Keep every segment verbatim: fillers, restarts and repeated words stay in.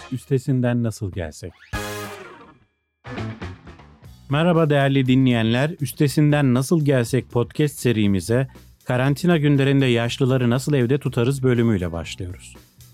Üstesinden nasıl gelsek? Merhaba değerli dinleyenler, Üstesinden Nasıl Gelsek podcast serimize karantina günlerinde yaşlıları nasıl evde tutarız bölümüyle başlıyoruz.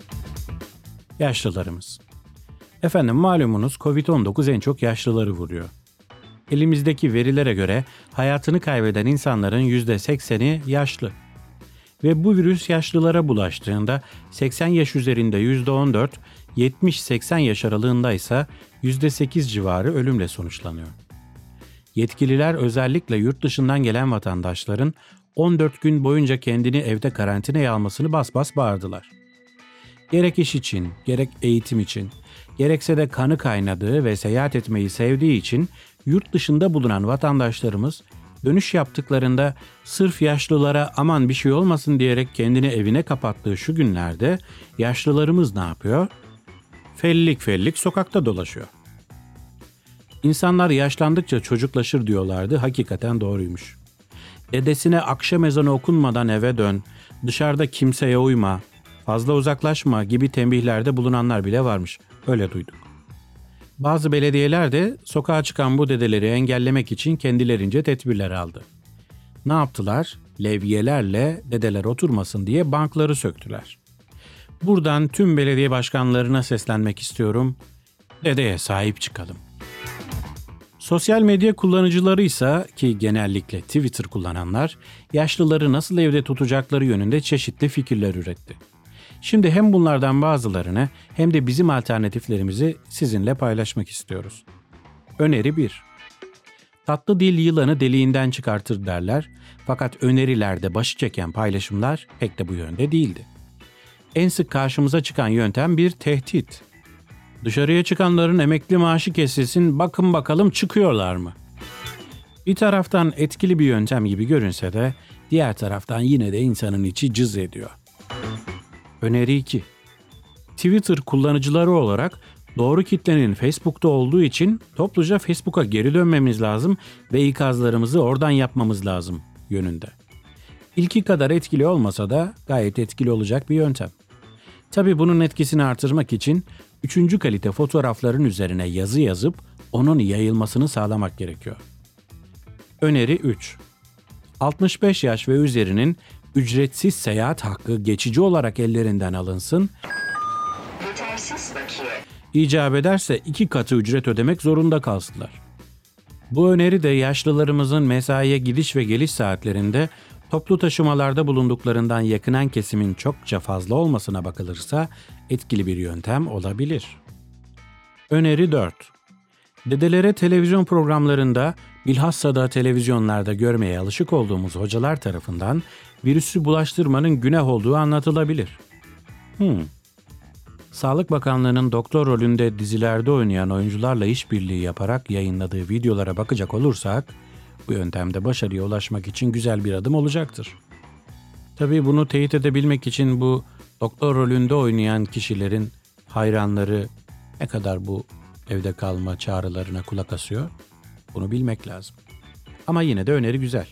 Yaşlılarımız. Efendim malumunuz kovid on dokuz en çok yaşlıları vuruyor. Elimizdeki verilere göre hayatını kaybeden insanların yüzde sekseni yaşlı. Ve bu virüs yaşlılara bulaştığında seksen yaş üzerinde yüzde on dört, yetmiş seksen yaş aralığında ise yüzde sekiz civarı ölümle sonuçlanıyor. Yetkililer özellikle yurt dışından gelen vatandaşların on dört gün boyunca kendini evde karantinaya almasını bas bas bağırdılar. Gerek iş için, gerek eğitim için, gerekse de kanı kaynadığı ve seyahat etmeyi sevdiği için yurt dışında bulunan vatandaşlarımız dönüş yaptıklarında sırf yaşlılara aman bir şey olmasın diyerek kendini evine kapattığı şu günlerde yaşlılarımız ne yapıyor? Fellik fellik sokakta dolaşıyor. İnsanlar yaşlandıkça çocuklaşır diyorlardı, hakikaten doğruymuş. Dedesine akşam ezanı okunmadan eve dön, dışarıda kimseye uyma, fazla uzaklaşma gibi tembihlerde bulunanlar bile varmış, öyle duyduk. Bazı belediyeler de sokağa çıkan bu dedeleri engellemek için kendilerince tedbirler aldı. Ne yaptılar? Levyelerle dedeler oturmasın diye bankları söktüler. Buradan tüm belediye başkanlarına seslenmek istiyorum. Dedeye sahip çıkalım. Sosyal medya kullanıcıları ise ki genellikle Twitter kullananlar yaşlıları nasıl evde tutacakları yönünde çeşitli fikirler üretti. Şimdi hem bunlardan bazılarını hem de bizim alternatiflerimizi sizinle paylaşmak istiyoruz. Öneri bir. Tatlı dil yılanı deliğinden çıkartır derler, fakat önerilerde başı çeken paylaşımlar pek de bu yönde değildi. En sık karşımıza çıkan yöntem bir tehdit. Dışarıya çıkanların emekli maaşı kesilsin, bakın bakalım çıkıyorlar mı? Bir taraftan etkili bir yöntem gibi görünse de diğer taraftan yine de insanın içi cız ediyor. Öneri iki. Twitter kullanıcıları olarak doğru kitlenin Facebook'ta olduğu için topluca Facebook'a geri dönmemiz lazım ve ikazlarımızı oradan yapmamız lazım yönünde. İlki kadar etkili olmasa da gayet etkili olacak bir yöntem. Tabii bunun etkisini artırmak için üçüncü kalite fotoğrafların üzerine yazı yazıp onun yayılmasını sağlamak gerekiyor. Öneri üç. altmış beş yaş ve üzerinin ücretsiz seyahat hakkı geçici olarak ellerinden alınsın. Yetersiz bakiye. İcap ederse iki katı ücret ödemek zorunda kalsınlar. Bu öneri de yaşlılarımızın mesaiye gidiş ve geliş saatlerinde toplu taşımalarda bulunduklarından yakınan kesimin çokça fazla olmasına bakılırsa etkili bir yöntem olabilir. Öneri dört. Dedelere televizyon programlarında, bilhassa da televizyonlarda görmeye alışık olduğumuz hocalar tarafından virüsü bulaştırmanın günah olduğu anlatılabilir. Hmm. Sağlık Bakanlığı'nın doktor rolünde dizilerde oynayan oyuncularla işbirliği yaparak yayınladığı videolara bakacak olursak, bu yöntemde başarıya ulaşmak için güzel bir adım olacaktır. Tabii bunu teyit edebilmek için bu doktor rolünde oynayan kişilerin hayranları ne kadar bu evde kalma çağrılarına kulak asıyor, bunu bilmek lazım. Ama yine de öneri güzel.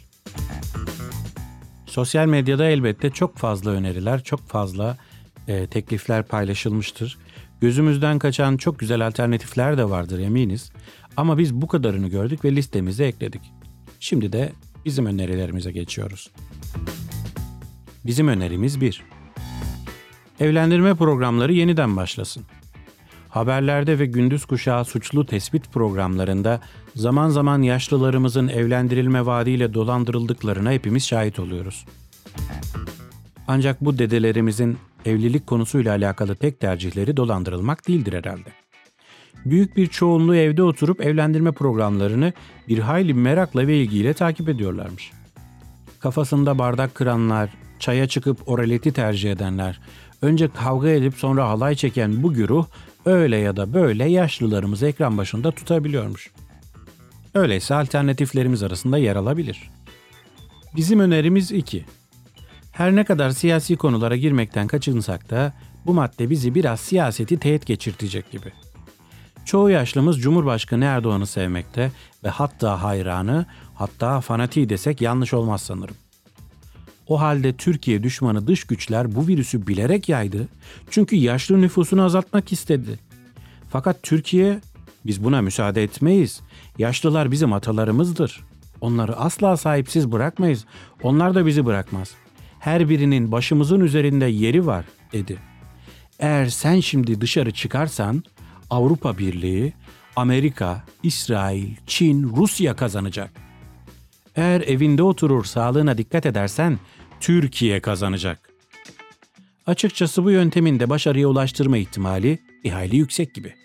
Sosyal medyada elbette çok fazla öneriler, çok fazla e, teklifler paylaşılmıştır. Gözümüzden kaçan çok güzel alternatifler de vardır eminiz. Ama biz bu kadarını gördük ve listemize ekledik. Şimdi de bizim önerilerimize geçiyoruz. Bizim önerimiz bir. Evlendirme programları yeniden başlasın. Haberlerde ve gündüz kuşağı suçlu tespit programlarında zaman zaman yaşlılarımızın evlendirilme vaadiyle dolandırıldıklarına hepimiz şahit oluyoruz. Ancak bu dedelerimizin evlilik konusuyla alakalı tek tercihleri dolandırılmak değildir herhalde. Büyük bir çoğunluğu evde oturup evlendirme programlarını bir hayli merakla ve ilgiyle takip ediyorlarmış. Kafasında bardak kıranlar, çaya çıkıp oraleti tercih edenler, önce kavga edip sonra halay çeken bu güruh öyle ya da böyle yaşlılarımızı ekran başında tutabiliyormuş. Öyleyse alternatiflerimiz arasında yer alabilir. Bizim önerimiz iki. Her ne kadar siyasi konulara girmekten kaçınsak da bu madde bizi biraz siyaseti teğet geçirtecek gibi. Çoğu yaşlımız Cumhurbaşkanı Erdoğan'ı sevmekte ve hatta hayranı, hatta fanatiği desek yanlış olmaz sanırım. O halde Türkiye düşmanı dış güçler bu virüsü bilerek yaydı, çünkü yaşlı nüfusunu azaltmak istedi. Fakat Türkiye, biz buna müsaade etmeyiz. Yaşlılar bizim atalarımızdır. Onları asla sahipsiz bırakmayız. Onlar da bizi bırakmaz. Her birinin başımızın üzerinde yeri var, dedi. Eğer sen şimdi dışarı çıkarsan Avrupa Birliği, Amerika, İsrail, Çin, Rusya kazanacak. Eğer evinde oturur sağlığına dikkat edersen Türkiye kazanacak. Açıkçası bu yöntemin de başarıya ulaştırma ihtimali bir hayli yüksek gibi.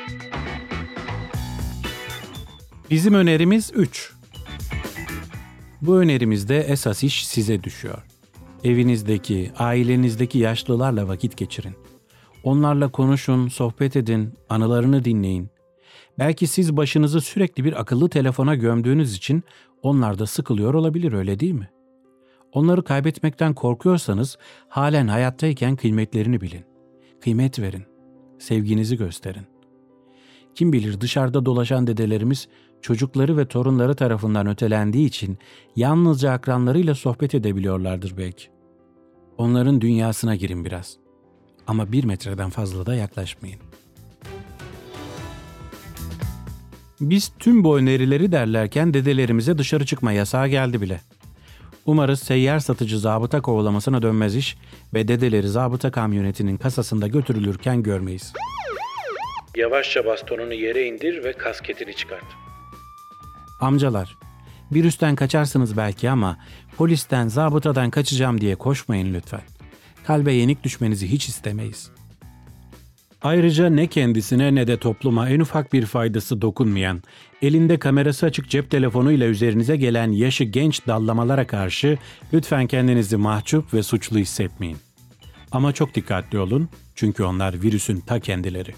Bizim önerimiz üç. Bu önerimizde esas iş size düşüyor. Evinizdeki, ailenizdeki yaşlılarla vakit geçirin. Onlarla konuşun, sohbet edin, anılarını dinleyin. Belki siz başınızı sürekli bir akıllı telefona gömdüğünüz için onlar da sıkılıyor olabilir, öyle değil mi? Onları kaybetmekten korkuyorsanız halen hayattayken kıymetlerini bilin. Kıymet verin. Sevginizi gösterin. Kim bilir dışarıda dolaşan dedelerimiz çocukları ve torunları tarafından ötelendiği için yalnızca akranlarıyla sohbet edebiliyorlardır belki. Onların dünyasına girin biraz. Ama bir metreden fazla da yaklaşmayın. Biz tüm bu önerileri derlerken dedelerimize dışarı çıkma yasağı geldi bile. Umarız seyyar satıcı zabıta kovalamasına dönmez iş ve dedeleri zabıta kamyonetinin kasasında götürülürken görmeyiz. Yavaşça bastonunu yere indir ve kasketini çıkart. Amcalar, virüsten kaçarsınız belki ama polisten, zabıtadan kaçacağım diye koşmayın lütfen. Kalbe yenik düşmenizi hiç istemeyiz. Ayrıca ne kendisine ne de topluma en ufak bir faydası dokunmayan, elinde kamerası açık cep telefonuyla üzerinize gelen yaşı genç dallamalara karşı lütfen kendinizi mahcup ve suçlu hissetmeyin. Ama çok dikkatli olun çünkü onlar virüsün ta kendileri.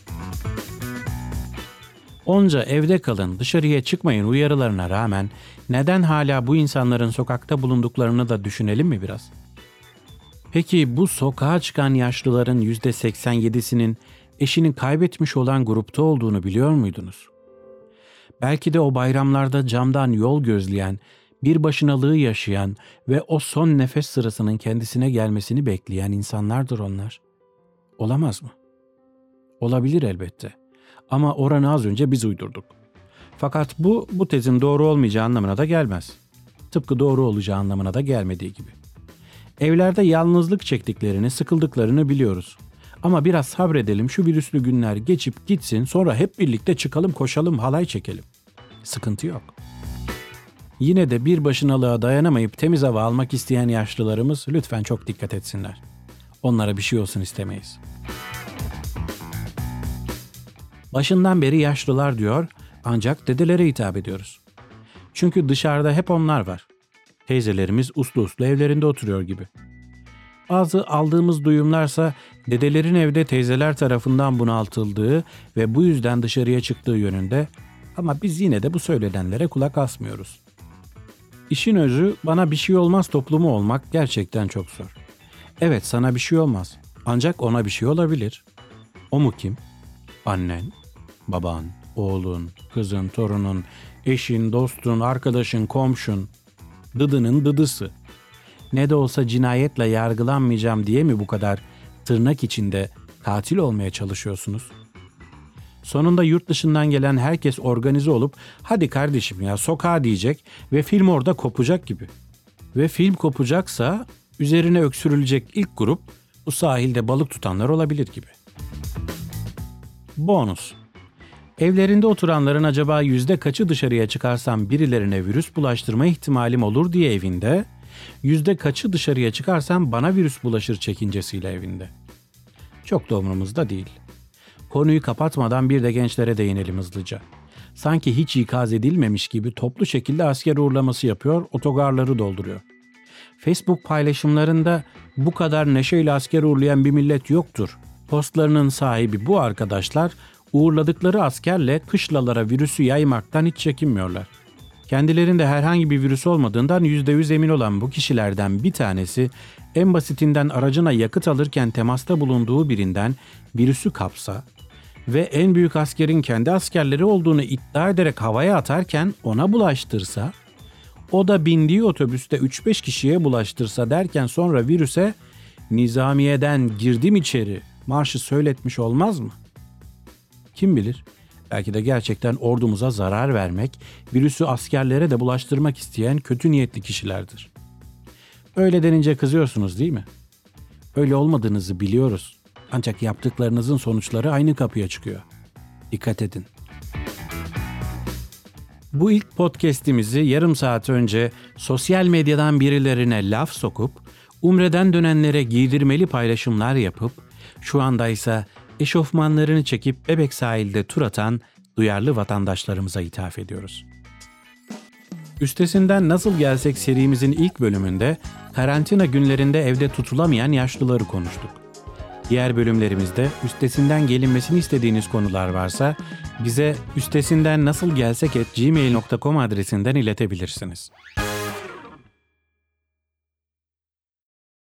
Onca evde kalın, dışarıya çıkmayın uyarılarına rağmen neden hala bu insanların sokakta bulunduklarını da düşünelim mi biraz? Peki bu sokağa çıkan yaşlıların yüzde seksen yedisinin eşini kaybetmiş olan grupta olduğunu biliyor muydunuz? Belki de o bayramlarda camdan yol gözleyen, bir başınalığı yaşayan ve o son nefes sırasının kendisine gelmesini bekleyen insanlardır onlar. Olamaz mı? Olabilir elbette. Ama oranı az önce biz uydurduk. Fakat bu, bu tezin doğru olmayacağı anlamına da gelmez. Tıpkı doğru olacağı anlamına da gelmediği gibi. Evlerde yalnızlık çektiklerini, sıkıldıklarını biliyoruz. Ama biraz sabredelim, şu virüslü günler geçip gitsin, sonra hep birlikte çıkalım, koşalım, halay çekelim. Sıkıntı yok. Yine de bir başınalığa dayanamayıp temiz hava almak isteyen yaşlılarımız lütfen çok dikkat etsinler. Onlara bir şey olsun istemeyiz. Başından beri yaşlılar diyor, ancak dedelere hitap ediyoruz. Çünkü dışarıda hep onlar var. Teyzelerimiz uslu uslu evlerinde oturuyor gibi. Bazı aldığımız duyumlarsa dedelerin evde teyzeler tarafından bunaltıldığı ve bu yüzden dışarıya çıktığı yönünde, ama biz yine de bu söylenenlere kulak asmıyoruz. İşin özü, bana bir şey olmaz toplumu olmak gerçekten çok zor. Evet, sana bir şey olmaz, ancak ona bir şey olabilir. O mu kim? Annen, baban, oğlun, kızın, torunun, eşin, dostun, arkadaşın, komşun, dıdının dıdısı. Ne de olsa cinayetle yargılanmayacağım diye mi bu kadar tırnak içinde katil olmaya çalışıyorsunuz? Sonunda yurt dışından gelen herkes organize olup hadi kardeşim ya sokağa diyecek ve film orada kopacak gibi. Ve film kopacaksa üzerine öksürülecek ilk grup bu sahilde balık tutanlar olabilir gibi. Bonus. Evlerinde oturanların acaba yüzde kaçı dışarıya çıkarsam birilerine virüs bulaştırma ihtimalim olur diye evinde, yüzde kaçı dışarıya çıkarsam bana virüs bulaşır çekincesiyle evinde. Çok da umurumuzda değil. Konuyu kapatmadan bir de gençlere değinelim hızlıca. Sanki hiç ikaz edilmemiş gibi toplu şekilde asker uğurlaması yapıyor, otogarları dolduruyor. Facebook paylaşımlarında bu kadar neşeyle asker uğurlayan bir millet yoktur. Postlarının sahibi bu arkadaşlar uğurladıkları askerle kışlalara virüsü yaymaktan hiç çekinmiyorlar. Kendilerinde herhangi bir virüs olmadığından yüzde yüz emin olan bu kişilerden bir tanesi en basitinden aracına yakıt alırken temasta bulunduğu birinden virüsü kapsa ve en büyük askerin kendi askerleri olduğunu iddia ederek havaya atarken ona bulaştırsa, o da bindiği otobüste üç beş kişiye bulaştırsa derken sonra virüse "Nizamiye'den girdim içeri" marşı söyletmiş olmaz mı? Kim bilir? Belki de gerçekten ordumuza zarar vermek, virüsü askerlere de bulaştırmak isteyen kötü niyetli kişilerdir. Öyle denince kızıyorsunuz değil mi? Öyle olmadığınızı biliyoruz. Ancak yaptıklarınızın sonuçları aynı kapıya çıkıyor. Dikkat edin. Bu ilk podcast'imizi yarım saat önce sosyal medyadan birilerine laf sokup, Umre'den dönenlere giydirmeli paylaşımlar yapıp, şu anda ise eşofmanlarını çekip Bebek sahilde tur atan duyarlı vatandaşlarımıza ithaf ediyoruz. Üstesinden Nasıl Gelsek serimizin ilk bölümünde karantina günlerinde evde tutulamayan yaşlıları konuştuk. Diğer bölümlerimizde üstesinden gelinmesini istediğiniz konular varsa bize üstesinden nasıl gelsek at gmail nokta com adresinden iletebilirsiniz.